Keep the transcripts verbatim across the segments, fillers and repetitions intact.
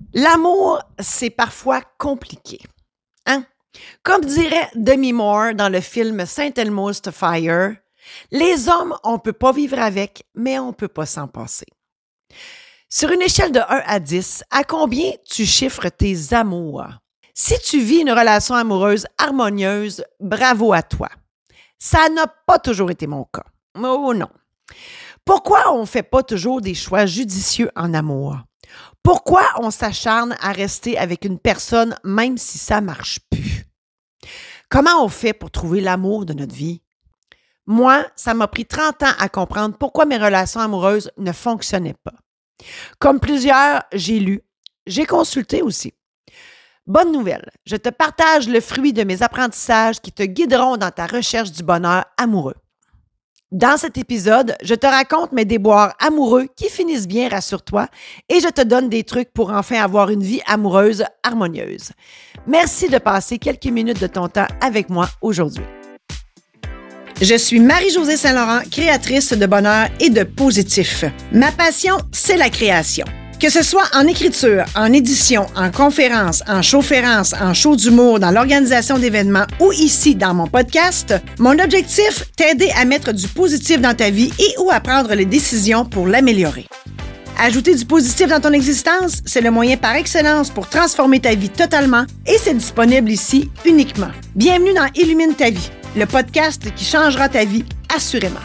L'amour, c'est parfois compliqué, hein? Comme dirait Demi Moore dans le film Saint Elmo's to Fire, les hommes, on peut pas vivre avec, mais on peut pas s'en passer. Sur une échelle de un à dix, à combien tu chiffres tes amours? Si tu vis une relation amoureuse harmonieuse, bravo à toi. Ça n'a pas toujours été mon cas. Oh non. Pourquoi on ne fait pas toujours des choix judicieux en amour? Pourquoi on s'acharne à rester avec une personne même si ça ne marche plus? Comment on fait pour trouver l'amour de notre vie? Moi, ça m'a pris trente ans à comprendre pourquoi mes relations amoureuses ne fonctionnaient pas. Comme plusieurs, j'ai lu, j'ai consulté aussi. Bonne nouvelle, je te partage le fruit de mes apprentissages qui te guideront dans ta recherche du bonheur amoureux. Dans cet épisode, je te raconte mes déboires amoureux qui finissent bien, rassure-toi, et je te donne des trucs pour enfin avoir une vie amoureuse harmonieuse. Merci de passer quelques minutes de ton temps avec moi aujourd'hui. Je suis Marie-Josée Saint-Laurent, créatrice de bonheur et de positif. Ma passion, c'est la création. Que ce soit en écriture, en édition, en conférence, en showférence, en show d'humour, dans l'organisation d'événements ou ici dans mon podcast, mon objectif, t'aider à mettre du positif dans ta vie et ou à prendre les décisions pour l'améliorer. Ajouter du positif dans ton existence, c'est le moyen par excellence pour transformer ta vie totalement et c'est disponible ici uniquement. Bienvenue dans Illumine ta vie, le podcast qui changera ta vie assurément.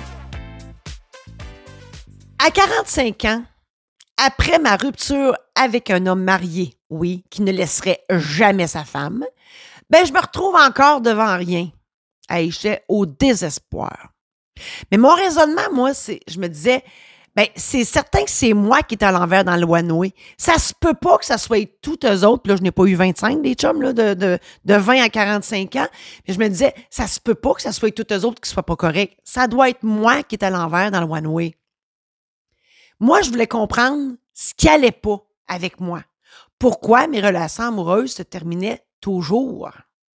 À quarante-cinq ans, après ma rupture avec un homme marié, oui, qui ne laisserait jamais sa femme, ben je me retrouve encore devant rien. Hey, j'étais au désespoir. Mais mon raisonnement, moi, c'est, je me disais, ben c'est certain que c'est moi qui est à l'envers dans le One-Way. Ça se peut pas que ça soit tous eux autres. Puis là, je n'ai pas eu vingt-cinq, des chums, là, de, de, de vingt à quarante-cinq ans. Puis je me disais, ça se peut pas que ça soit tous eux autres qui soient pas corrects. Ça doit être moi qui est à l'envers dans le One-Way. Moi, je voulais comprendre ce qui allait pas avec moi. Pourquoi mes relations amoureuses se terminaient toujours?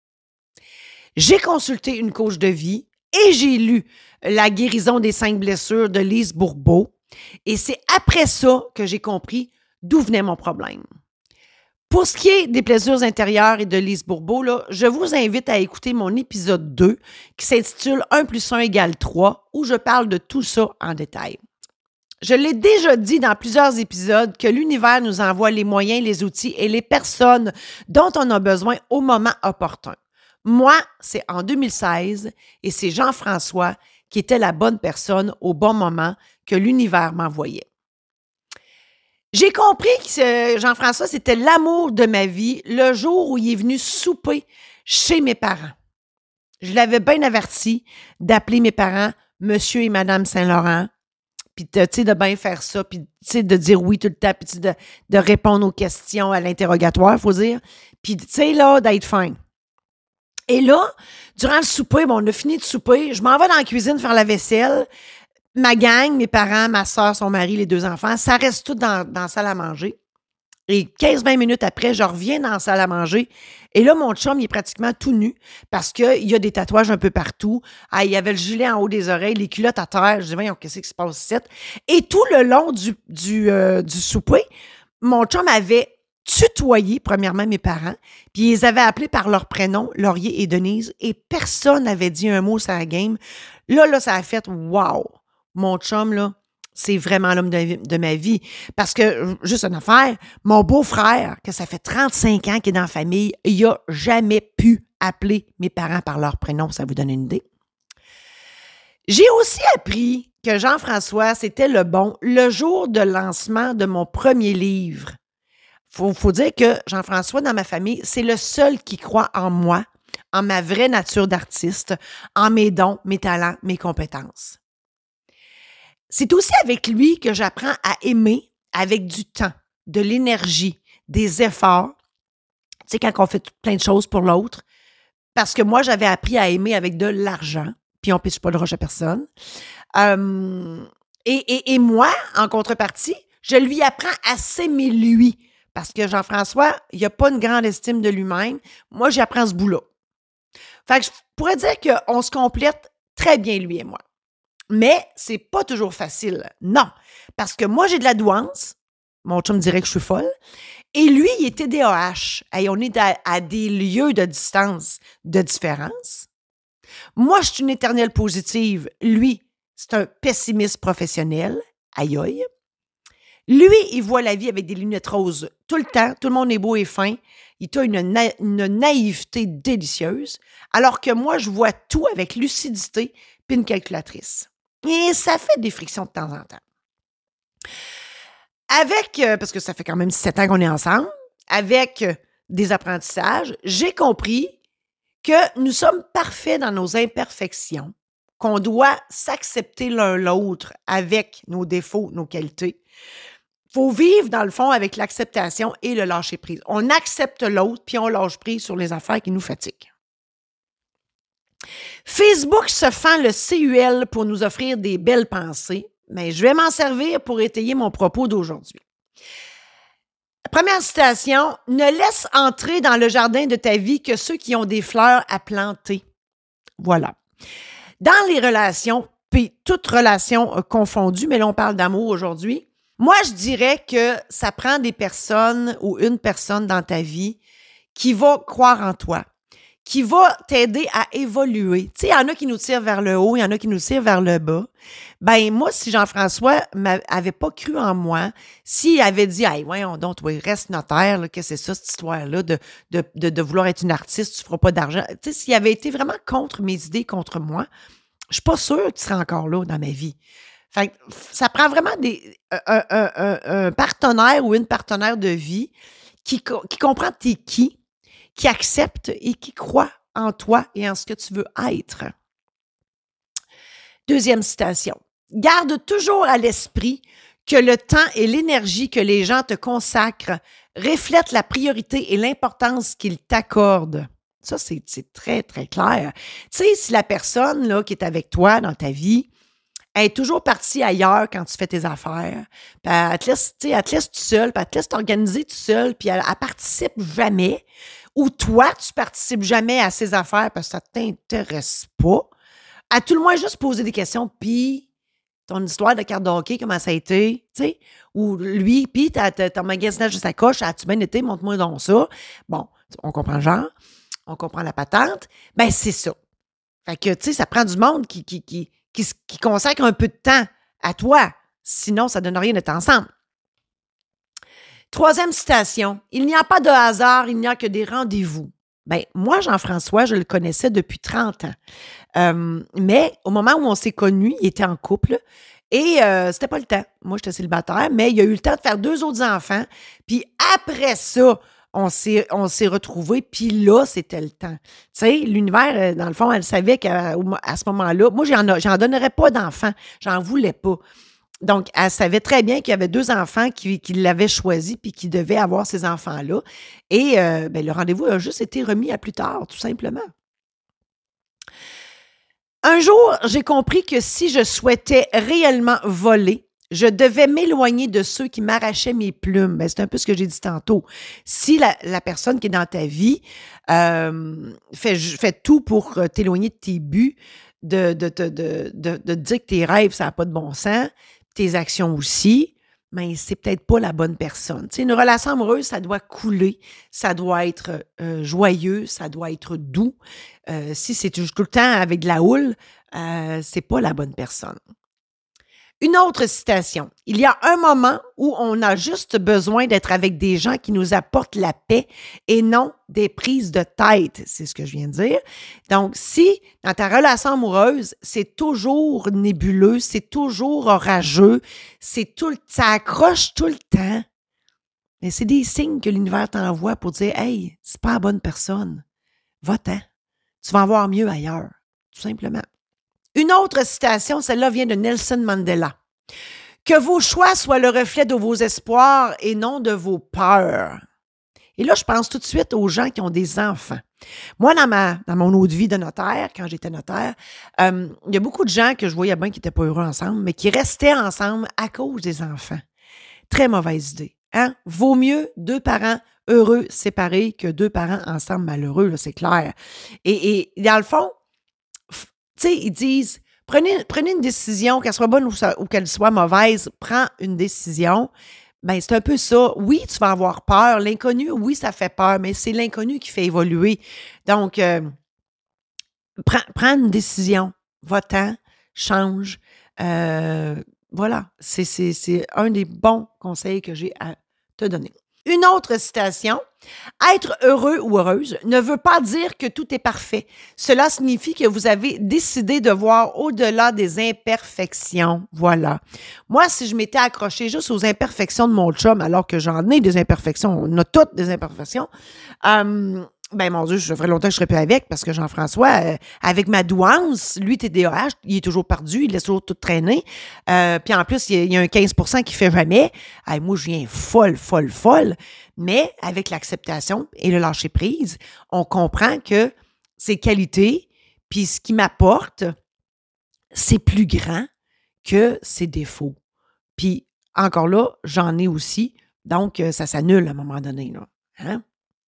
J'ai consulté une coach de vie et j'ai lu La guérison des cinq blessures de Lise Bourbeau. Et c'est après ça que j'ai compris d'où venait mon problème. Pour ce qui est des blessures intérieures et de Lise Bourbeau, là, je vous invite à écouter mon épisode deux qui s'intitule un plus un égale trois où je parle de tout ça en détail. Je l'ai déjà dit dans plusieurs épisodes que l'univers nous envoie les moyens, les outils et les personnes dont on a besoin au moment opportun. Moi, c'est en deux mille seize et c'est Jean-François qui était la bonne personne au bon moment que l'univers m'envoyait. J'ai compris que Jean-François, c'était l'amour de ma vie le jour où il est venu souper chez mes parents. Je l'avais bien averti d'appeler mes parents Monsieur et Madame Saint-Laurent, puis tu sais, de bien faire ça, puis tu sais, de dire oui tout le temps, puis de, de répondre aux questions à l'interrogatoire, il faut dire, puis tu sais, là, d'être fin. Et là, durant le souper, bon, on a fini de souper, je m'en vais dans la cuisine faire la vaisselle, ma gang, mes parents, ma soeur, son mari, les deux enfants, ça reste tout dans, dans la salle à manger. Et quinze à vingt minutes après, je reviens dans la salle à manger. Et là, mon chum, il est pratiquement tout nu parce qu'il y a des tatouages un peu partout. Ah, il y avait le gilet en haut des oreilles, les culottes à terre. Je dis, voyons, qu'est-ce qui se passe ici? Et tout le long du, du, euh, du souper, mon chum avait tutoyé, premièrement, mes parents, puis ils les avaient appelés par leur prénom, Laurier et Denise, et personne n'avait dit un mot sur la game. Là, là, ça a fait « wow ». Mon chum, là, c'est vraiment l'homme de, de ma vie. Parce que, juste une affaire, mon beau-frère, que ça fait trente-cinq ans qu'il est dans la famille, il n'a jamais pu appeler mes parents par leur prénom. Ça vous donne une idée? J'ai aussi appris que Jean-François, c'était le bon le jour de lancement de mon premier livre. Il faut, faut dire que Jean-François, dans ma famille, c'est le seul qui croit en moi, en ma vraie nature d'artiste, en mes dons, mes talents, mes compétences. C'est aussi avec lui que j'apprends à aimer avec du temps, de l'énergie, des efforts. Tu sais, quand on fait plein de choses pour l'autre. Parce que moi, j'avais appris à aimer avec de l'argent, puis on ne pisse pas le roche à personne. Euh, et, et, et moi, en contrepartie, je lui apprends à s'aimer lui. Parce que Jean-François, il n'a pas une grande estime de lui-même. Moi, j'apprends ce bout-là. Fait que je pourrais dire qu'on se complète très bien, lui et moi. Mais c'est pas toujours facile. Non. Parce que moi, j'ai de la douance. Mon chum dirait que je suis folle. Et lui, il est T D A H. Hey, on est à, à des lieues de distance, de différence. Moi, je suis une éternelle positive. Lui, c'est un pessimiste professionnel. Aïe aïe. Lui, il voit la vie avec des lunettes roses tout le temps. Tout le monde est beau et fin. Il a une, na- une naïveté délicieuse. Alors que moi, je vois tout avec lucidité puis une calculatrice. Et ça fait des frictions de temps en temps. Avec, euh, parce que ça fait quand même sept ans qu'on est ensemble, avec euh, des apprentissages, j'ai compris que nous sommes parfaits dans nos imperfections, qu'on doit s'accepter l'un l'autre avec nos défauts, nos qualités. Il faut vivre, dans le fond, avec l'acceptation et le lâcher-prise. On accepte l'autre, puis on lâche prise sur les affaires qui nous fatiguent. Facebook se fend le C U L pour nous offrir des belles pensées, mais je vais m'en servir pour étayer mon propos d'aujourd'hui. Première citation, « Ne laisse entrer dans le jardin de ta vie que ceux qui ont des fleurs à planter. » Voilà. Dans les relations, puis toutes relations confondues, mais là on parle d'amour aujourd'hui, moi je dirais que ça prend des personnes ou une personne dans ta vie qui va croire en toi, qui va t'aider à évoluer. Tu sais, il y en a qui nous tirent vers le haut, il y en a qui nous tirent vers le bas. Ben moi, si Jean-François n'avait pas cru en moi, s'il avait dit « Hey, voyons donc, toi, reste notaire, là, que c'est ça, cette histoire-là, de, de, de, de vouloir être une artiste, tu ne feras pas d'argent. » Tu sais, s'il avait été vraiment contre mes idées, contre moi, je suis pas sûre qu'il serait encore là dans ma vie. Fait que ça prend vraiment des, un, un, un, un partenaire ou une partenaire de vie qui, qui comprend t'es qui, qui accepte et qui croit en toi et en ce que tu veux être. Deuxième citation. Garde toujours à l'esprit que le temps et l'énergie que les gens te consacrent reflètent la priorité et l'importance qu'ils t'accordent. Ça, c'est, c'est très, très clair. Tu sais, si la personne là, qui est avec toi dans ta vie, elle est toujours partie ailleurs quand tu fais tes affaires, puis elle te laisse, tu sais, elle te laisse tout seul, puis elle te laisse t'organiser tout seul, puis elle, elle participe jamais, ou toi, tu participes jamais à ses affaires parce que ça ne t'intéresse pas, à tout le moins juste poser des questions, puis ton histoire de carte de hockey, comment ça a été, tu sais, ou lui, puis ton magasinage de sacoche, as-tu bien été, montre-moi donc ça. Bon, on comprend le genre, on comprend la patente, ben c'est ça. Fait que, tu sais, ça prend du monde qui, qui, qui, qui, qui consacre un peu de temps à toi, sinon ça ne donne rien d'être ensemble. Troisième citation, « Il n'y a pas de hasard, il n'y a que des rendez-vous. » Bien, moi, Jean-François, je le connaissais depuis trente ans. Euh, mais au moment où on s'est connus, il était en couple et euh, c'était pas le temps. Moi, j'étais célibataire, mais il a eu le temps de faire deux autres enfants. Puis après ça, on s'est, on s'est retrouvés, puis là, c'était le temps. Tu sais, l'univers, dans le fond, elle savait qu'à à ce moment-là, moi, j'en, j'en donnerais pas d'enfants. J'en voulais pas. Donc, elle savait très bien qu'il y avait deux enfants qui, qui l'avaient choisi puis qui devaient avoir ces enfants-là. Et euh, ben, le rendez-vous a juste été remis à plus tard, tout simplement. Un jour, j'ai compris que si je souhaitais réellement voler, je devais m'éloigner de ceux qui m'arrachaient mes plumes. Ben, c'est un peu ce que j'ai dit tantôt. Si la, la personne qui est dans ta vie euh, fait, fait tout pour t'éloigner de tes buts, de, de, de, de, de, de dire que tes rêves, ça n'a pas de bon sens, tes actions aussi, mais c'est peut-être pas la bonne personne. Tu sais, une relation amoureuse, ça doit couler, ça doit être euh, joyeux, ça doit être doux. Euh, si c'est tout le temps avec de la houle, euh, c'est pas la bonne personne. Une autre citation. Il y a un moment où on a juste besoin d'être avec des gens qui nous apportent la paix et non des prises de tête. C'est ce que je viens de dire. Donc, si dans ta relation amoureuse, c'est toujours nébuleux, c'est toujours orageux, c'est tout le, ça accroche tout le temps, mais c'est des signes que l'univers t'envoie pour dire « Hey, c'est pas la bonne personne. Va-t'en. Tu vas en voir mieux ailleurs. » Tout simplement. Une autre citation, celle-là vient de Nelson Mandela. « Que vos choix soient le reflet de vos espoirs et non de vos peurs. » Et là, je pense tout de suite aux gens qui ont des enfants. Moi, dans, ma, dans mon autre vie de notaire, quand j'étais notaire, euh, il y a beaucoup de gens que je voyais bien qui n'étaient pas heureux ensemble, mais qui restaient ensemble à cause des enfants. Très mauvaise idée. Hein? Vaut mieux deux parents heureux séparés que deux parents ensemble malheureux, là, c'est clair. Et, et dans le fond, tu sais, ils disent, prenez, prenez une décision, qu'elle soit bonne ou, ou qu'elle soit mauvaise, prends une décision, Ben, c'est un peu ça. Oui, tu vas avoir peur. L'inconnu, oui, ça fait peur, mais c'est l'inconnu qui fait évoluer. Donc, euh, prends, prends une décision. Va-t'en, change. Euh, voilà. C'est, c'est, c'est un des bons conseils que j'ai à te donner. Une autre citation. Être heureux ou heureuse ne veut pas dire que tout est parfait. Cela signifie que vous avez décidé de voir au-delà des imperfections. Voilà. Moi, si je m'étais accrochée juste aux imperfections de mon chum, alors que j'en ai des imperfections, on a toutes des imperfections, euh, ben mon Dieu, ça ferait longtemps que je serais plus avec, parce que Jean-François, euh, avec ma douance, lui, T D A H, il est toujours perdu, il laisse toujours tout traîner. Euh, puis en plus, il y, a, il y a un quinze pour cent qui fait jamais. Hey, moi, je viens folle, folle, folle. Mais avec l'acceptation et le lâcher-prise, on comprend que ses qualités, puis ce qui m'apporte, c'est plus grand que ses défauts. Puis encore là, j'en ai aussi, donc ça s'annule à un moment donné, là. Hein?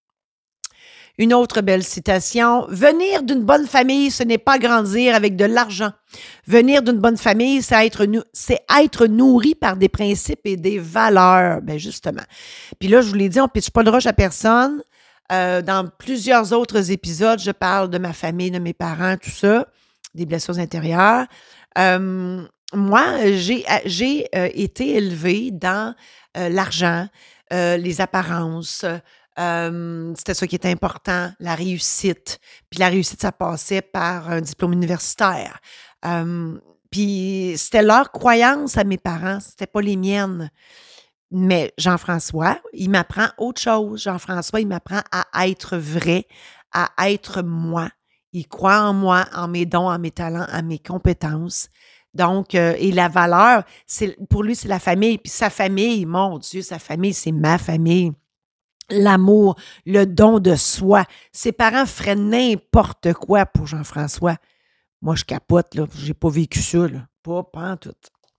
Une autre belle citation. « Venir d'une bonne famille, ce n'est pas grandir avec de l'argent. Venir d'une bonne famille, c'est être, c'est être nourri par des principes et des valeurs. » Ben justement. Puis là, je vous l'ai dit, on ne pitche pas de roche à personne. Euh, dans plusieurs autres épisodes, je parle de ma famille, de mes parents, tout ça, des blessures intérieures. Euh, moi, j'ai, j'ai euh, été élevée dans euh, l'argent, euh, les apparences. Euh, c'était ça qui était important, la réussite. Puis la réussite, ça passait par un diplôme universitaire. Euh, puis c'était leur croyance à mes parents, c'était pas les miennes. Mais Jean-François, il m'apprend autre chose. Jean-François, il m'apprend à être vrai, à être moi. Il croit en moi, en mes dons, en mes talents, en mes compétences. Donc, euh, et la valeur, c'est, pour lui, c'est la famille. Puis sa famille, mon Dieu, sa famille, c'est ma famille. L'amour, le don de soi. Ses parents feraient n'importe quoi pour Jean-François. Moi, je capote, là. J'ai pas vécu ça, là. Pas, pas en tout.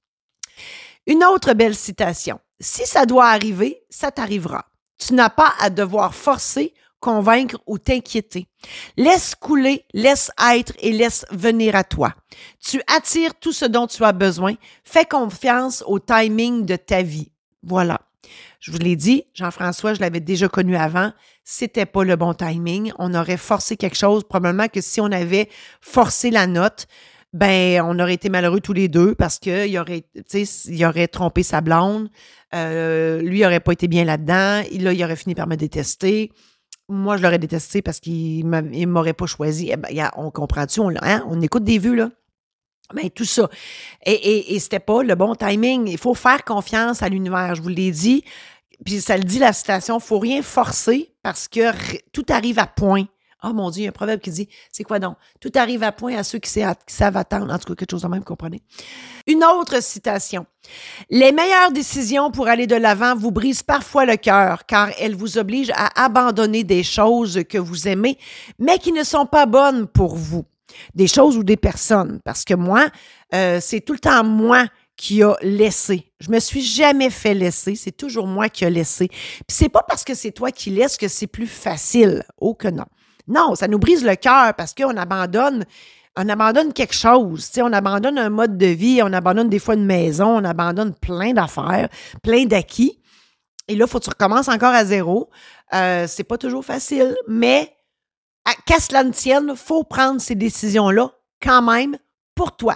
Une autre belle citation. « Si ça doit arriver, ça t'arrivera. Tu n'as pas à devoir forcer, convaincre ou t'inquiéter. Laisse couler, laisse être et laisse venir à toi. Tu attires tout ce dont tu as besoin. Fais confiance au timing de ta vie. » Voilà. Je vous l'ai dit, Jean-François, je l'avais déjà connu avant, c'était pas le bon timing. On aurait forcé quelque chose. Probablement que si on avait forcé la note, ben on aurait été malheureux tous les deux parce qu'il aurait, tu sais, il aurait trompé sa blonde. Euh, lui, il n'aurait pas été bien là-dedans. Là, il aurait fini par me détester. Moi, je l'aurais détesté parce qu'il ne m'aurait pas choisi. Eh ben, on comprend-tu? On, hein? On écoute des vues, là. Ben, tout ça. Et, et, et c'était pas le bon timing. Il faut faire confiance à l'univers, je vous l'ai dit. Puis ça le dit, la citation, il ne faut rien forcer parce que r- tout arrive à point. Oh mon Dieu, il y a un proverbe qui dit, c'est quoi donc? Tout arrive à point à ceux qui, sa- qui savent attendre. En tout cas, quelque chose de même, vous comprenez? Une autre citation. Les meilleures décisions pour aller de l'avant vous brisent parfois le cœur car elles vous obligent à abandonner des choses que vous aimez, mais qui ne sont pas bonnes pour vous. Des choses ou des personnes. Parce que moi, euh, c'est tout le temps moi qui a laissé. Je me suis jamais fait laisser. C'est toujours moi qui a laissé. Puis c'est pas parce que c'est toi qui laisses que c'est plus facile. Oh que non. Non, ça nous brise le cœur parce qu'on abandonne, on abandonne quelque chose. Tu sais, on abandonne un mode de vie, on abandonne des fois une maison, on abandonne plein d'affaires, plein d'acquis. Et là, il faut que tu recommences encore à zéro. Euh, c'est pas toujours facile, mais qu'à cela ne tienne, il faut prendre ces décisions-là quand même pour toi.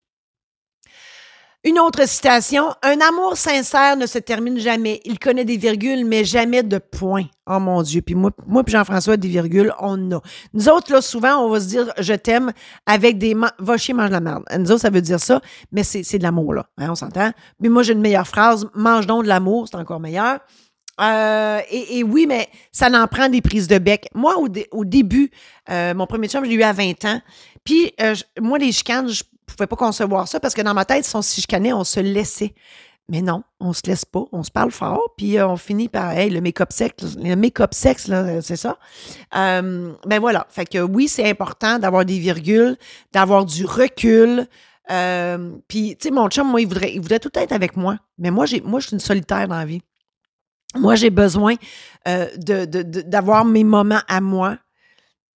Une autre citation. « Un amour sincère ne se termine jamais. Il connaît des virgules, mais jamais de points. » Oh mon Dieu. Puis moi, moi puis Jean-François, des virgules, on a. Nous autres, là, souvent, on va se dire « je t'aime » avec des « va chier, mange la merde ». Nous autres, ça veut dire ça, mais c'est, c'est de l'amour, là. Hein, on s'entend? Mais moi, j'ai une meilleure phrase. « Mange donc de l'amour », c'est encore meilleur. Euh, et, et oui, mais ça n'en prend des prises de bec. Moi, au, dé, au début, euh, mon premier chum, je l'ai eu à vingt ans. Puis, euh, je, moi, les chicanes, je pouvais pas concevoir ça parce que dans ma tête, si on se chicanait, on se laissait. Mais non, on se laisse pas. On se parle fort, puis euh, on finit par, hey, le make-up sexe, le make-up sexe, là, c'est ça. Euh, ben voilà. Fait que oui, c'est important d'avoir des virgules, d'avoir du recul. Euh, puis, tu sais, mon chum, moi, il voudrait, il voudrait tout être avec moi. Mais moi, j'ai, moi, je suis une solitaire dans la vie. Moi, j'ai besoin euh, de, de, de, d'avoir mes moments à moi.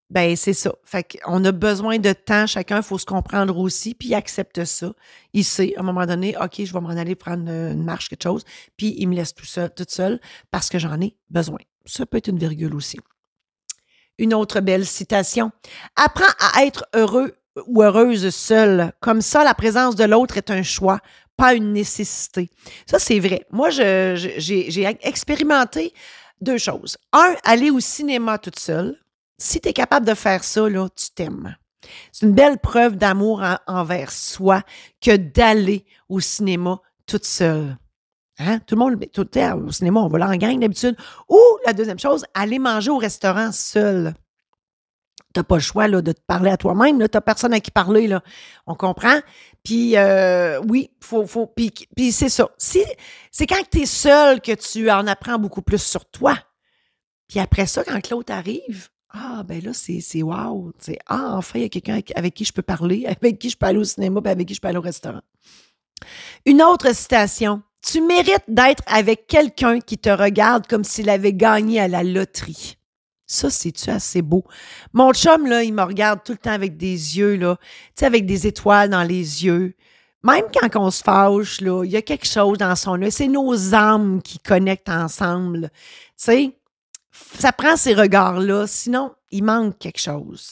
Ben, c'est ça. Fait qu'on a besoin de temps, chacun, il faut se comprendre aussi, puis il accepte ça. Il sait, à un moment donné, OK, je vais m'en aller prendre une marche, quelque chose, puis il me laisse tout seul, toute seule parce que j'en ai besoin. Ça peut être une virgule aussi. Une autre belle citation. Apprends à être heureux ou heureuse seule. Comme ça, la présence de l'autre est un choix, pas une nécessité. Ça, c'est vrai. Moi, je, je- j'ai, j'ai expérimenté deux choses. Un, aller au cinéma toute seule. Si tu es capable de faire ça, là, tu t'aimes. C'est une belle preuve d'amour en- envers soi que d'aller au cinéma toute seule. Hein? Tout le monde, tout le temps, au cinéma, on va là en gang d'habitude. Ou la deuxième chose, aller manger au restaurant seul. Tu n'as pas le choix là, de te parler à toi-même. Tu n'as personne à qui parler. Là. On comprend. Puis, euh, oui, faut, faut, puis, puis c'est ça. Si, c'est quand tu es seul que tu en apprends beaucoup plus sur toi. Puis après ça, quand l'autre arrive, ah, ben là, c'est, c'est wow. C'est, ah, enfin, il y a quelqu'un avec, avec qui je peux parler, avec qui je peux aller au cinéma, puis avec qui je peux aller au restaurant. Une autre citation. Tu mérites d'être avec quelqu'un qui te regarde comme s'il avait gagné à la loterie. Ça, c'est-tu assez beau? Mon chum, là, il me regarde tout le temps avec des yeux, là, tu sais, avec des étoiles dans les yeux. Même quand on se fâche, là, il y a quelque chose dans son œil. C'est nos âmes qui connectent ensemble. Tu sais, ça prend ces regards-là, sinon, il manque quelque chose.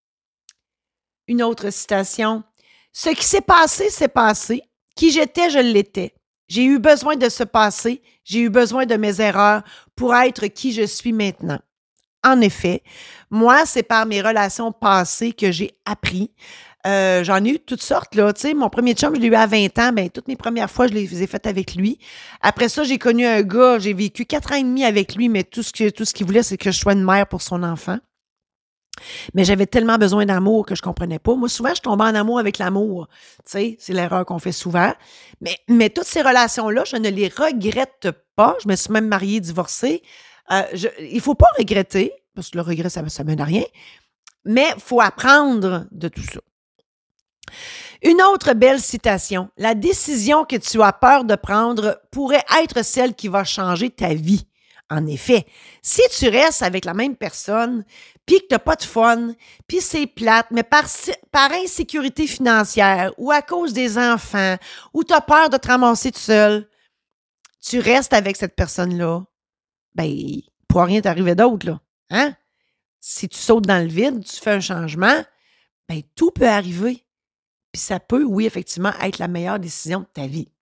Une autre citation. Ce qui s'est passé, s'est passé. Qui j'étais, je l'étais. J'ai eu besoin de ce passé, j'ai eu besoin de mes erreurs pour être qui je suis maintenant. En effet, moi, c'est par mes relations passées que j'ai appris. Euh, j'en ai eu toutes sortes, là. Tu sais, mon premier chum, je l'ai eu à vingt ans. Ben, toutes mes premières fois, je les ai faites avec lui. Après ça, j'ai connu un gars, j'ai vécu quatre ans et demi avec lui, mais tout ce, que, tout ce qu'il voulait, c'est que je sois une mère pour son enfant. Mais j'avais tellement besoin d'amour que je comprenais pas. Moi, souvent, je tombais en amour avec l'amour. Tu sais, c'est l'erreur qu'on fait souvent. Mais, mais toutes ces relations-là, je ne les regrette pas. Je me suis même mariée, divorcée. Euh, je, il faut pas regretter, parce que le regret, ça ne mène à rien. Mais il faut apprendre de tout ça. Une autre belle citation. La décision que tu as peur de prendre pourrait être celle qui va changer ta vie. En effet, si tu restes avec la même personne, puis que tu n'as pas de fun, puis c'est plate, mais par, par insécurité financière ou à cause des enfants, ou tu as peur de te ramasser tout seul, tu restes avec cette personne-là, ben, il ne pourra rien t'arriver d'autre, là. Hein? Si tu sautes dans le vide, tu fais un changement, ben, tout peut arriver. Puis ça peut, oui, effectivement, être la meilleure décision de ta vie.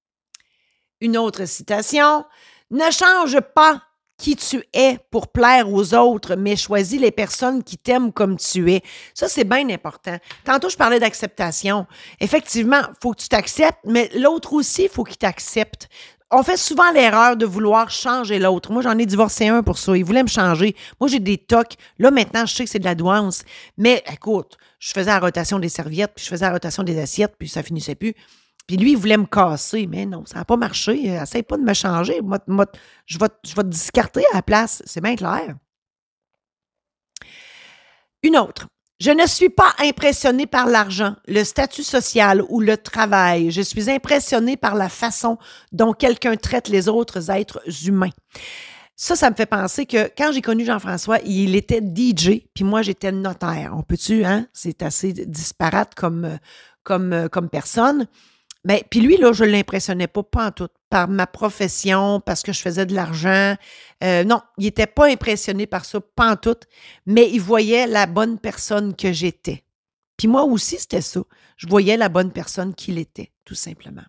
Une autre citation. Ne change pas qui tu es pour plaire aux autres, mais choisis les personnes qui t'aiment comme tu es. Ça, c'est bien important. Tantôt, je parlais d'acceptation. Effectivement, il faut que tu t'acceptes, mais l'autre aussi, il faut qu'il t'accepte. On fait souvent l'erreur de vouloir changer l'autre. Moi, j'en ai divorcé un pour ça. Il voulait me changer. Moi, j'ai des tocs. Là, maintenant, je sais que c'est de la douance. Mais écoute, je faisais la rotation des serviettes, puis je faisais la rotation des assiettes, puis ça finissait plus. Puis lui, il voulait me casser. Mais non, ça n'a pas marché. Essaye pas de me changer. Moi, moi, je, vais, je vais te discarter à la place. C'est bien clair. Une autre. Je ne suis pas impressionnée par l'argent, le statut social ou le travail. Je suis impressionnée par la façon dont quelqu'un traite les autres êtres humains. Ça, ça me fait penser que quand j'ai connu Jean-François, il était D J, puis moi, j'étais notaire. On peut-tu, hein? C'est assez disparate comme, comme, comme personne. Ben, puis lui, là, je ne l'impressionnais pas, pas en tout, par ma profession, parce que je faisais de l'argent. Euh, non, il n'était pas impressionné par ça, pas en tout, mais il voyait la bonne personne que j'étais. Puis moi aussi, c'était ça. Je voyais la bonne personne qu'il était, tout simplement.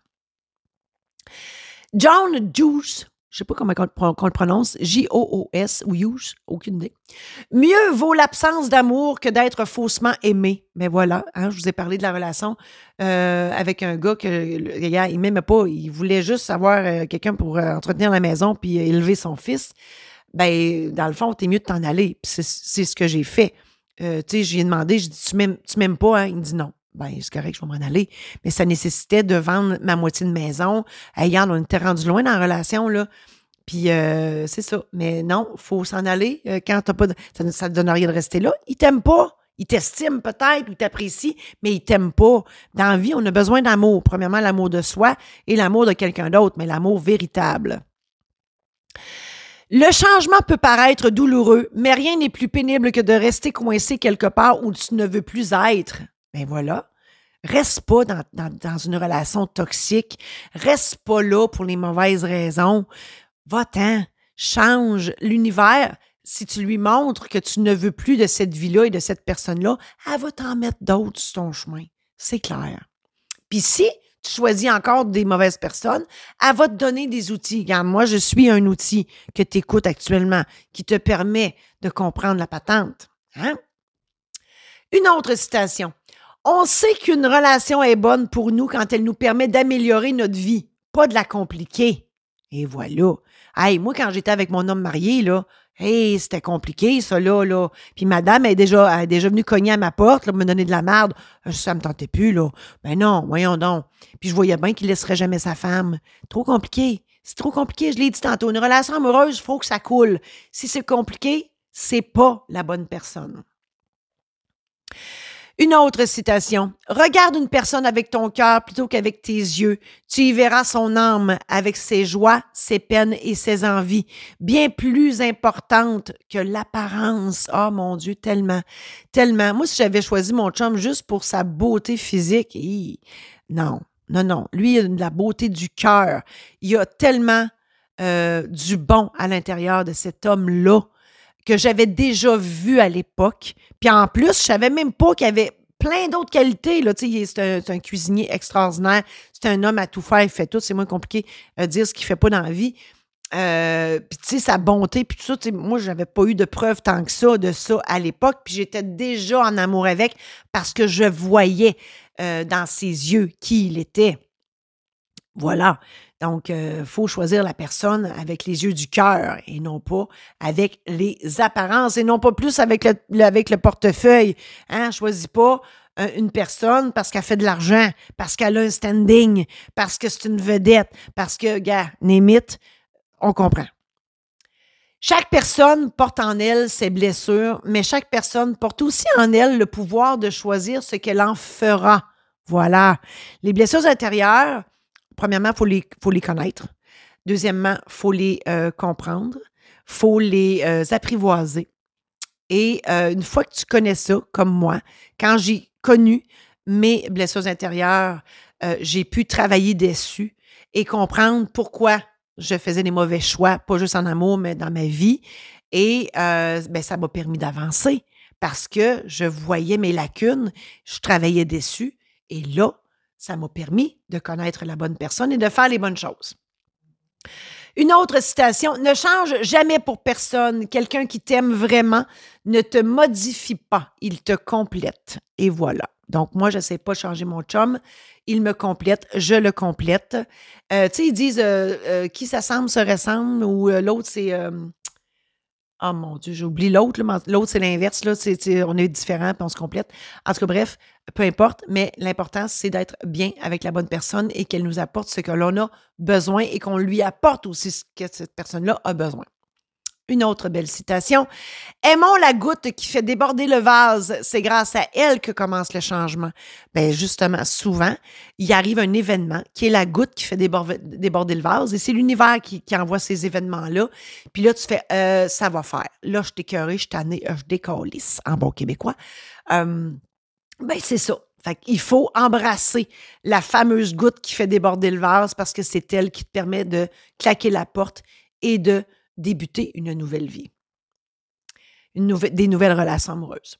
John Juice, je ne sais pas comment on le prononce, J O O S ou Hughes, aucune idée. Mieux vaut l'absence d'amour que d'être faussement aimé. Mais voilà, hein, je vous ai parlé de la relation euh, avec un gars que il m'aimait pas, il voulait juste avoir euh, quelqu'un pour euh, entretenir la maison puis euh, élever son fils. Ben, dans le fond, t'es mieux de t'en aller. Puis c'est, c'est ce que j'ai fait. Euh, tu sais, je lui ai demandé, je dis, tu m'aimes, tu m'aimes pas, hein? Il me dit non. Ben, c'est correct, je vais m'en aller. Mais ça nécessitait de vendre ma moitié de maison. Hey, regarde, on était rendu loin dans la relation, là. Puis, euh, c'est ça. Mais non, il faut s'en aller. Euh, quand t'as pas de, ça ne ça te donne rien de rester là. Il t'aime pas. Il t'estime peut-être ou il t'apprécie, mais il t'aime pas. Dans la vie, on a besoin d'amour. Premièrement, l'amour de soi et l'amour de quelqu'un d'autre, mais l'amour véritable. Le changement peut paraître douloureux, mais rien n'est plus pénible que de rester coincé quelque part où tu ne veux plus être. Ben voilà. Reste pas dans, dans, dans une relation toxique. Reste pas là pour les mauvaises raisons. Va-t'en. Change l'univers. Si tu lui montres que tu ne veux plus de cette vie-là et de cette personne-là, elle va t'en mettre d'autres sur ton chemin. C'est clair. Puis si tu choisis encore des mauvaises personnes, elle va te donner des outils. Regarde, moi, je suis un outil que tu écoutes actuellement qui te permet de comprendre la patente. Hein? Une autre citation. On sait qu'une relation est bonne pour nous quand elle nous permet d'améliorer notre vie, pas de la compliquer. Et voilà. Hey, moi, quand j'étais avec mon homme marié, là, hey, c'était compliqué, ça, là, là. Puis madame elle est déjà, elle est déjà venue cogner à ma porte, là, me donner de la merde. Ça me tentait plus, là. Ben non, voyons donc. Puis je voyais bien qu'il laisserait jamais sa femme. Trop compliqué. C'est trop compliqué, je l'ai dit tantôt. Une relation amoureuse, il faut que ça coule. Si c'est compliqué, c'est pas la bonne personne. Une autre citation. Regarde une personne avec ton cœur plutôt qu'avec tes yeux. Tu y verras son âme avec ses joies, ses peines et ses envies, bien plus importantes que l'apparence. Ah, oh, mon Dieu, tellement, tellement. Moi, si j'avais choisi mon chum juste pour sa beauté physique, hi, non, non, non. Lui, il a de la beauté du cœur. Il y a tellement euh, du bon à l'intérieur de cet homme-là que j'avais déjà vu à l'époque. Puis en plus, je savais même pas qu'il y avait plein d'autres qualités. Là. Tu sais, c'est un, c'est un cuisinier extraordinaire. C'est un homme à tout faire. Il fait tout. C'est moins compliqué de dire ce qu'il fait pas dans la vie. Euh, puis tu sais, sa bonté, puis tout ça. Tu sais, moi, j'avais pas eu de preuves tant que ça de ça à l'époque. Puis j'étais déjà en amour avec parce que je voyais euh, dans ses yeux qui il était. Voilà. Donc, il euh, faut choisir la personne avec les yeux du cœur et non pas avec les apparences et non pas plus avec le, le, avec le portefeuille. Hein? Choisis pas euh, une personne parce qu'elle fait de l'argent, parce qu'elle a un standing, parce que c'est une vedette, parce que, gars, Némite, on comprend. Chaque personne porte en elle ses blessures, mais chaque personne porte aussi en elle le pouvoir de choisir ce qu'elle en fera. Voilà. Les blessures intérieures, premièrement, il faut les, faut les connaître. Deuxièmement, il faut les euh, comprendre. Il faut les euh, apprivoiser. Et euh, une fois que tu connais ça, comme moi, quand j'ai connu mes blessures intérieures, euh, j'ai pu travailler dessus et comprendre pourquoi je faisais des mauvais choix, pas juste en amour, mais dans ma vie. Et euh, ben, ça m'a permis d'avancer parce que je voyais mes lacunes, je travaillais dessus. Et là, ça m'a permis de connaître la bonne personne et de faire les bonnes choses. Une autre citation, ne change jamais pour personne. Quelqu'un qui t'aime vraiment ne te modifie pas, il te complète. Et voilà. Donc, moi, je ne sais pas changer mon chum. Il me complète, je le complète. Euh, tu sais, ils disent euh, euh, qui s'assemble se ressemble ou euh, l'autre, c'est... Euh, oh mon Dieu, j'oublie l'autre. Là, l'autre, c'est l'inverse. Là, c'est, c'est, on est différents puis on se complète. En tout cas, bref, peu importe, mais l'important, c'est d'être bien avec la bonne personne et qu'elle nous apporte ce que l'on a besoin et qu'on lui apporte aussi ce que cette personne-là a besoin. Une autre belle citation. « Aimons la goutte qui fait déborder le vase. C'est grâce à elle que commence le changement. » Bien, justement, souvent, il arrive un événement qui est la goutte qui fait déborder, déborder le vase et c'est l'univers qui, qui envoie ces événements-là. Puis là, tu fais euh, « ça va faire. » Là, je t'ai écœuré, je t'année, je décalisse en bon québécois. Euh, ben, c'est ça. Fait qu'il faut embrasser la fameuse goutte qui fait déborder le vase parce que c'est elle qui te permet de claquer la porte et de débuter une nouvelle vie, une nouvelle, des nouvelles relations amoureuses.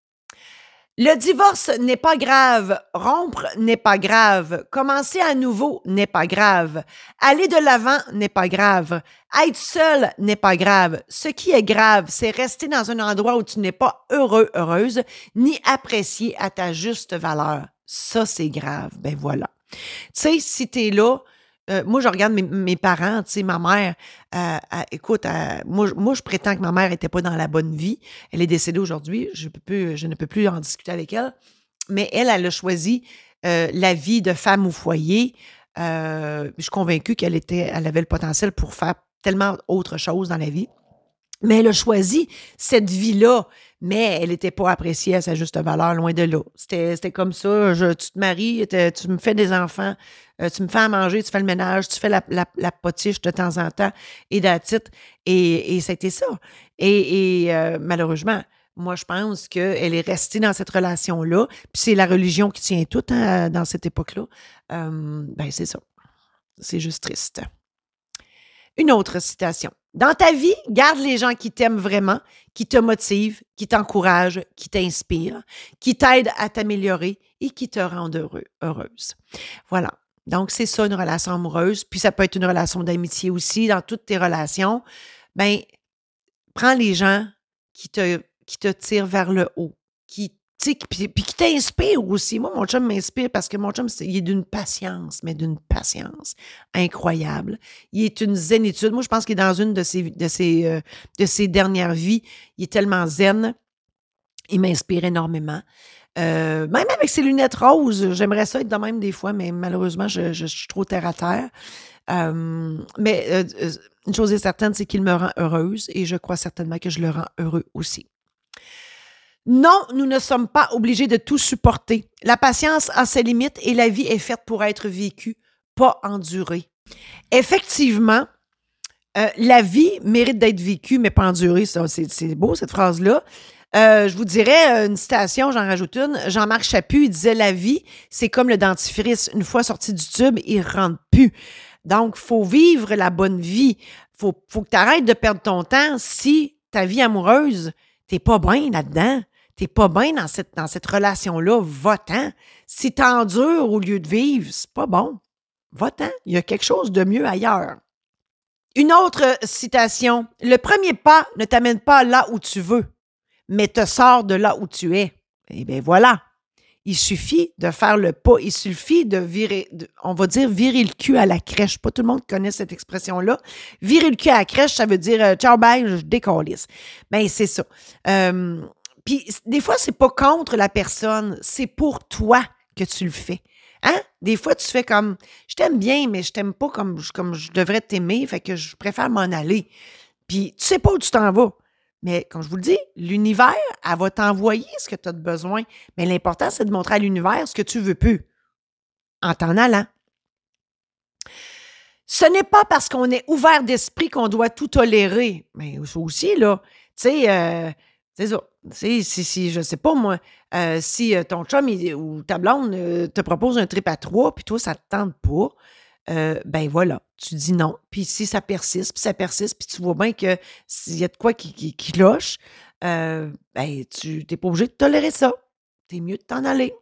Le divorce n'est pas grave, rompre n'est pas grave, commencer à nouveau n'est pas grave, aller de l'avant n'est pas grave, être seul n'est pas grave. Ce qui est grave, c'est rester dans un endroit où tu n'es pas heureux, heureuse, ni apprécié à ta juste valeur. Ça, c'est grave. Ben voilà. Tu sais, si t'es là, Euh, moi, je regarde mes, mes parents, tu sais, ma mère, euh, euh, écoute, euh, moi, moi, je prétends que ma mère n'était pas dans la bonne vie. Elle est décédée aujourd'hui. Je peux plus, je ne peux plus en discuter avec elle. Mais elle, elle a choisi euh, la vie de femme au foyer. Euh, je suis convaincue qu'elle était, elle avait le potentiel pour faire tellement autre chose dans la vie. Mais elle a choisi cette vie-là, mais elle n'était pas appréciée à sa juste valeur, loin de là. C'était, c'était comme ça, je, tu te maries, te- tu me fais des enfants, euh, tu me fais à manger, tu fais le ménage, tu fais la, la, la potiche de temps en temps, et that's it. Et, et c'était ça. Et, et euh, malheureusement, moi, je pense qu'elle est restée dans cette relation-là, puis c'est la religion qui tient tout hein, dans cette époque-là. Euh, ben, c'est ça. C'est juste triste. Une autre citation. Dans ta vie, garde les gens qui t'aiment vraiment, qui te motivent, qui t'encouragent, qui t'inspirent, qui t'aident à t'améliorer et qui te rendent heureux, heureuse. Voilà. Donc, c'est ça, une relation amoureuse. Puis, ça peut être une relation d'amitié aussi. Dans toutes tes relations, ben, prends les gens qui te, qui te tirent vers le haut, qui puis, puis qui t'inspire aussi. Moi, mon chum m'inspire parce que mon chum, c'est, il est d'une patience, mais d'une patience incroyable. Il est une zénitude. Moi, je pense qu'il est dans une de ses, de ses, euh, de ses dernières vies. Il est tellement zen. Il m'inspire énormément. Euh, même avec ses lunettes roses, j'aimerais ça être de même des fois, mais malheureusement, je, je, je suis trop terre à terre. Euh, mais euh, une chose est certaine, c'est qu'il me rend heureuse et je crois certainement que je le rends heureux aussi. Non, nous ne sommes pas obligés de tout supporter. La patience a ses limites et la vie est faite pour être vécue, pas endurée. Effectivement, euh, la vie mérite d'être vécue, mais pas endurée. Ça, c'est, c'est beau, cette phrase-là. Euh, je vous dirais une citation, j'en rajoute une. Jean-Marc Chaput, il disait « La vie, c'est comme le dentifrice. Une fois sorti du tube, il ne rentre plus. » Donc, il faut vivre la bonne vie. Il faut, faut que tu arrêtes de perdre ton temps si ta vie amoureuse, tu n'es pas bien là-dedans. T'es pas bien dans cette, dans cette relation-là, va-t'en. Si t'endures au lieu de vivre, c'est pas bon. Va-t'en. Il y a quelque chose de mieux ailleurs. Une autre citation. Le premier pas ne t'amène pas là où tu veux, mais te sort de là où tu es. Eh bien, voilà. Il suffit de faire le pas. Il suffit de virer, de, on va dire virer le cul à la crèche. Pas tout le monde connaît cette expression-là. Virer le cul à la crèche, ça veut dire euh, ciao, bye, je décalisse. Bien, c'est ça. Euh, Puis, des fois, c'est pas contre la personne, c'est pour toi que tu le fais. Hein? Des fois, tu fais comme, je t'aime bien, mais je t'aime pas comme, comme je devrais t'aimer, fait que je préfère m'en aller. Puis, tu sais pas où tu t'en vas. Mais, comme je vous le dis, l'univers, elle va t'envoyer ce que tu as de besoin. Mais l'important, c'est de montrer à l'univers ce que tu veux plus, en t'en allant. Ce n'est pas parce qu'on est ouvert d'esprit qu'on doit tout tolérer. Mais ça aussi, là, tu sais, euh, c'est ça. Si, si, si, je sais pas, moi, euh, si euh, ton chum il, ou ta blonde euh, te propose un trip à trois, puis toi, ça te tente pas, euh, ben voilà, tu dis non. Puis si ça persiste, puis ça persiste, puis tu vois bien que s'il y a de quoi qui, qui, qui cloche, euh, ben tu n'es pas obligé de tolérer ça. T'es mieux de t'en aller.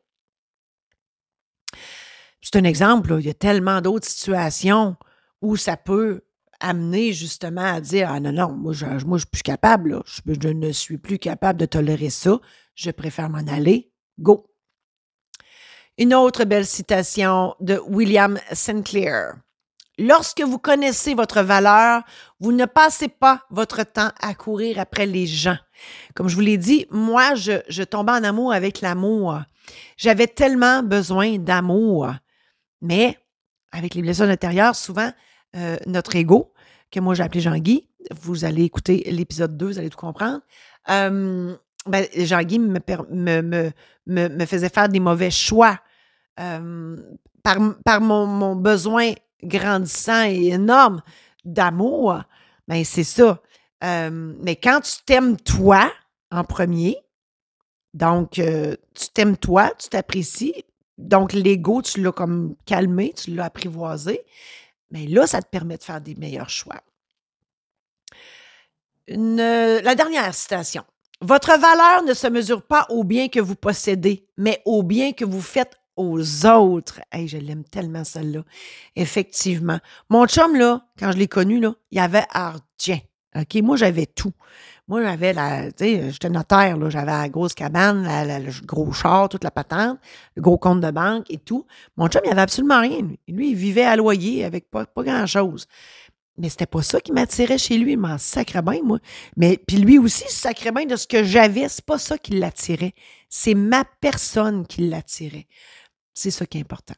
C'est un exemple, là. Il y a tellement d'autres situations où ça peut amener justement à dire « Ah non, non, moi, je ne suis plus capable. Là. Je, je ne suis plus capable de tolérer ça. Je préfère m'en aller. Go! » Une autre belle citation de William Sinclair. « Lorsque vous connaissez votre valeur, vous ne passez pas votre temps à courir après les gens. » Comme je vous l'ai dit, moi, je, je tombais en amour avec l'amour. J'avais tellement besoin d'amour. Mais avec les blessures intérieures, souvent, euh, notre ego, que moi j'ai appelé Jean-Guy, vous allez écouter l'épisode deux, vous allez tout comprendre, euh, ben, Jean-Guy me, me, me, me, me faisait faire des mauvais choix euh, par, par mon, mon besoin grandissant et énorme d'amour. Ben, c'est ça. Euh, mais quand tu t'aimes toi en premier, donc euh, tu t'aimes toi, tu t'apprécies, donc, l'ego, tu l'as comme calmé, tu l'as apprivoisé. Mais là, ça te permet de faire des meilleurs choix. Une, la dernière citation. « Votre valeur ne se mesure pas au bien que vous possédez, mais au bien que vous faites aux autres. » Hey, je l'aime tellement, celle-là. Effectivement. Mon chum, là, quand je l'ai connu, là, il avait argent. OK? Moi, j'avais tout. Moi, j'avais la, tu sais, j'étais notaire, là, j'avais la grosse cabane, la, la, le gros char, toute la patente, le gros compte de banque et tout. Mon chum, il avait absolument rien. Lui, lui il vivait à loyer avec pas, pas grand-chose. Mais c'était pas ça qui m'attirait chez lui. Il m'en sacrait bien, moi. Mais puis lui aussi, il sacrait bien de ce que j'avais. C'est pas ça qui l'attirait. C'est ma personne qui l'attirait. C'est ça qui est important.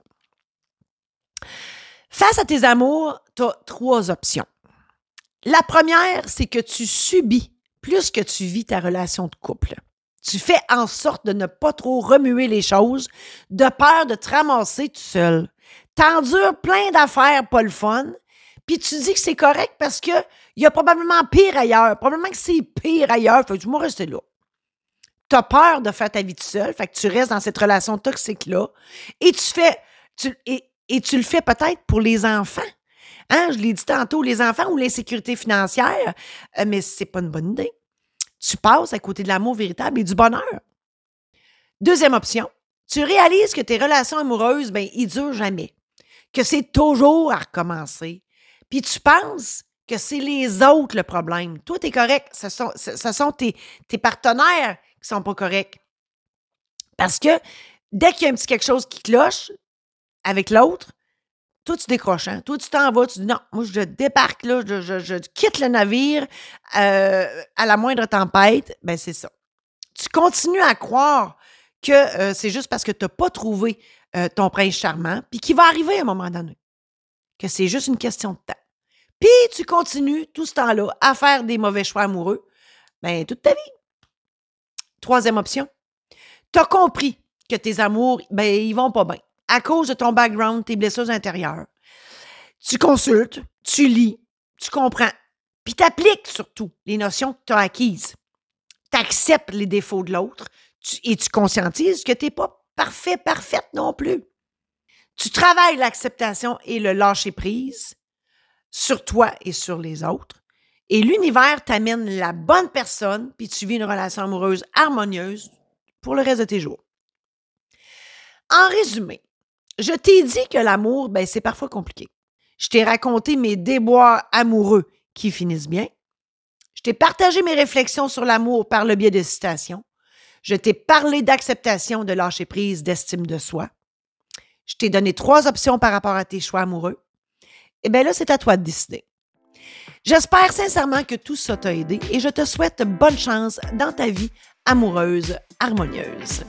Face à tes amours, tu as trois options. La première, c'est que tu subis plus que tu vis ta relation de couple. Tu fais en sorte de ne pas trop remuer les choses, de peur de te ramasser tout seul. T'endures plein d'affaires pas le fun, puis tu dis que c'est correct parce que il y a probablement pire ailleurs. Probablement que c'est pire ailleurs. Fait que tu vas rester là. Tu as peur de faire ta vie tout seul, fait que tu restes dans cette relation toxique-là et tu fais tu, et, et tu le fais peut-être pour les enfants. Hein? Je l'ai dit tantôt, les enfants ou l'insécurité financière, euh, mais c'est pas une bonne idée. Tu passes à côté de l'amour véritable et du bonheur. Deuxième option, tu réalises que tes relations amoureuses, ben, ils durent jamais, que c'est toujours à recommencer. Puis tu penses que c'est les autres le problème. Toi, t'es correct. Ce sont, ce, ce sont tes, tes partenaires qui sont pas corrects. Parce que dès qu'il y a un petit quelque chose qui cloche avec l'autre, toi, tu décroches. Hein? Toi, tu t'en vas, tu dis non, moi, je débarque là, je, je, je quitte le navire euh, à la moindre tempête. Ben, c'est ça. Tu continues à croire que euh, c'est juste parce que tu n'as pas trouvé euh, ton prince charmant, puis qu'il va arriver à un moment donné. Que c'est juste une question de temps. Puis tu continues tout ce temps-là à faire des mauvais choix amoureux, ben toute ta vie. Troisième option, tu as compris que tes amours, ben ils vont pas bien à cause de ton background, tes blessures intérieures. Tu consultes, tu lis, tu comprends, puis tu appliques surtout les notions que tu as acquises. Tu acceptes les défauts de l'autre tu, et tu conscientises que tu n'es pas parfait, parfaite non plus. Tu travailles l'acceptation et le lâcher-prise sur toi et sur les autres. Et l'univers t'amène la bonne personne, puis tu vis une relation amoureuse harmonieuse pour le reste de tes jours. En résumé, je t'ai dit que l'amour, ben, c'est parfois compliqué. Je t'ai raconté mes déboires amoureux qui finissent bien. Je t'ai partagé mes réflexions sur l'amour par le biais de citations. Je t'ai parlé d'acceptation, de lâcher-prise, d'estime de soi. Je t'ai donné trois options par rapport à tes choix amoureux. Eh bien là, c'est à toi de décider. J'espère sincèrement que tout ça t'a aidé et je te souhaite bonne chance dans ta vie amoureuse harmonieuse.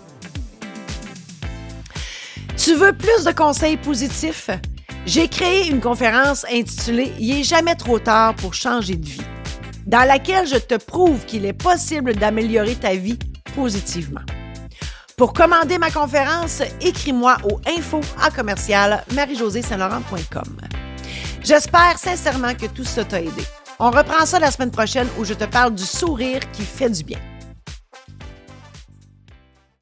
Tu veux plus de conseils positifs? J'ai créé une conférence intitulée « Il n'est jamais trop tard pour changer de vie », dans laquelle je te prouve qu'il est possible d'améliorer ta vie positivement. Pour commander ma conférence, écris-moi au info à commercial marie josée saint laurent point com. J'espère sincèrement que tout ça t'a aidé. On reprend ça la semaine prochaine où je te parle du sourire qui fait du bien.